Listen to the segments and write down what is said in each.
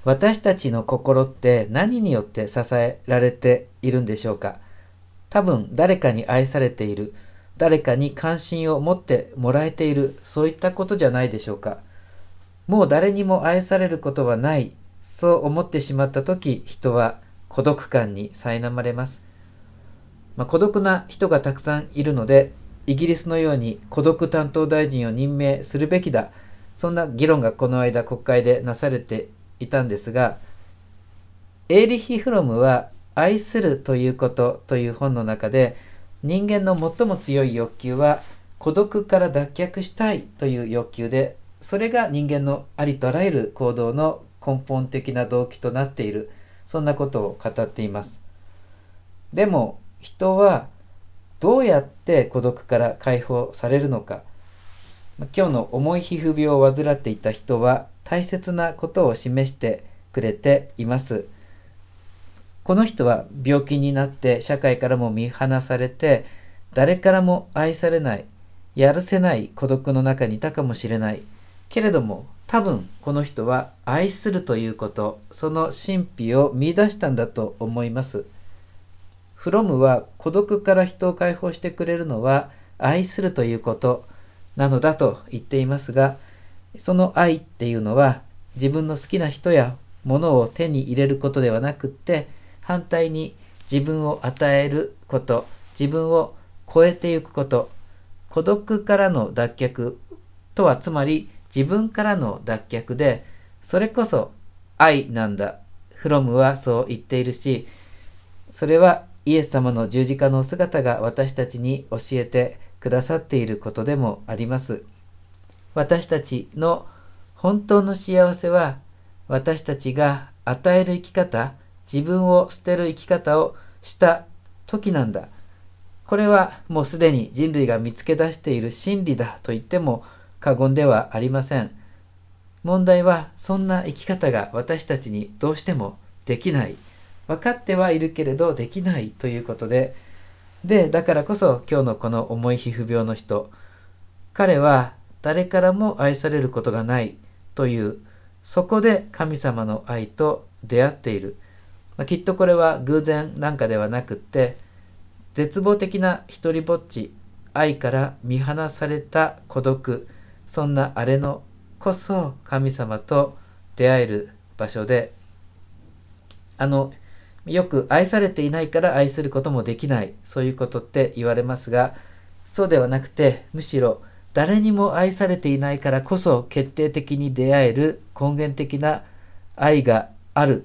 私たちの心って何によって支えられているんでしょうか。多分誰かに愛されている、誰かに関心を持ってもらえている、そういったことじゃないでしょうか。もう誰にも愛されることはない、そう思ってしまった時、人は孤独感に苛まれます。孤独な人がたくさんいるので、イギリスのように孤独担当大臣を任命するべきだ、そんな議論がこの間国会でなされていたんですが、エーリヒ・フロムは愛するということという本の中で、人間の最も強い欲求は孤独から脱却したいという欲求で、それが人間のありとあらゆる行動の根本的な動機となっている、そんなことを語っています。でも人はどうやって孤独から解放されるのか。今日の重い皮膚病を患っていた人は大切なことを示してくれています。この人は病気になって社会からも見放されて、誰からも愛されない、やるせない孤独の中にいたかもしれない。けれども多分この人は愛するということ、その神秘を見出したんだと思います。フロムは孤独から人を解放してくれるのは愛するということなのだと言っていますが、その愛っていうのは自分の好きな人や物を手に入れることではなくって、反対に自分を与えること、自分を超えていくこと、孤独からの脱却とはつまり自分からの脱却で、それこそ愛なんだ。フロムはそう言っているし、それはイエス様の十字架のお姿が私たちに教えてくださっていることでもあります。私たちの本当の幸せは、私たちが与える生き方、自分を捨てる生き方をした時なんだ。これはもうすでに人類が見つけ出している真理だと言っても過言ではありません。問題はそんな生き方が私たちにどうしてもできない。分かってはいるけれどできないということで、だからこそ今日のこの重い皮膚病の人、彼は誰からも愛されることがないという、そこで神様の愛と出会っている。きっとこれは偶然なんかではなくって、絶望的な一人ぼっち、愛から見放された孤独、そんなあれのこそ神様と出会える場所で、よく愛されていないから愛することもできない、そういうことって言われますが、そうではなくて、むしろ誰にも愛されていないからこそ決定的に出会える根源的な愛があるって、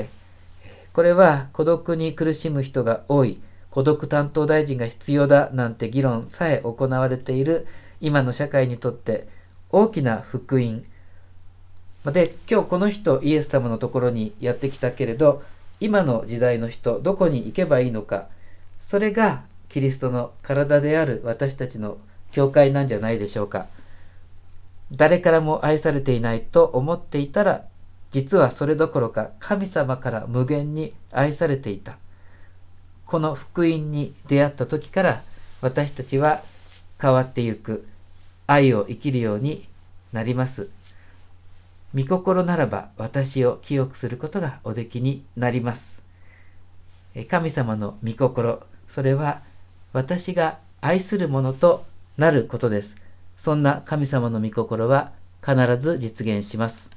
これは孤独に苦しむ人が多い、孤独担当大臣が必要だなんて議論さえ行われている今の社会にとって大きな福音で、今日この人イエス様のところにやってきたけれど、今の時代の人どこに行けばいいのか、それがキリストの体である私たちの教会なんじゃないでしょうか。誰からも愛されていないと思っていたら、実はそれどころか神様から無限に愛されていた。この福音に出会った時から私たちは変わってゆく、愛を生きるようになります。御心ならば私を清くすることがおできになります。神様の御心、それは私が愛するものとなることです。そんな神様の御心は必ず実現します。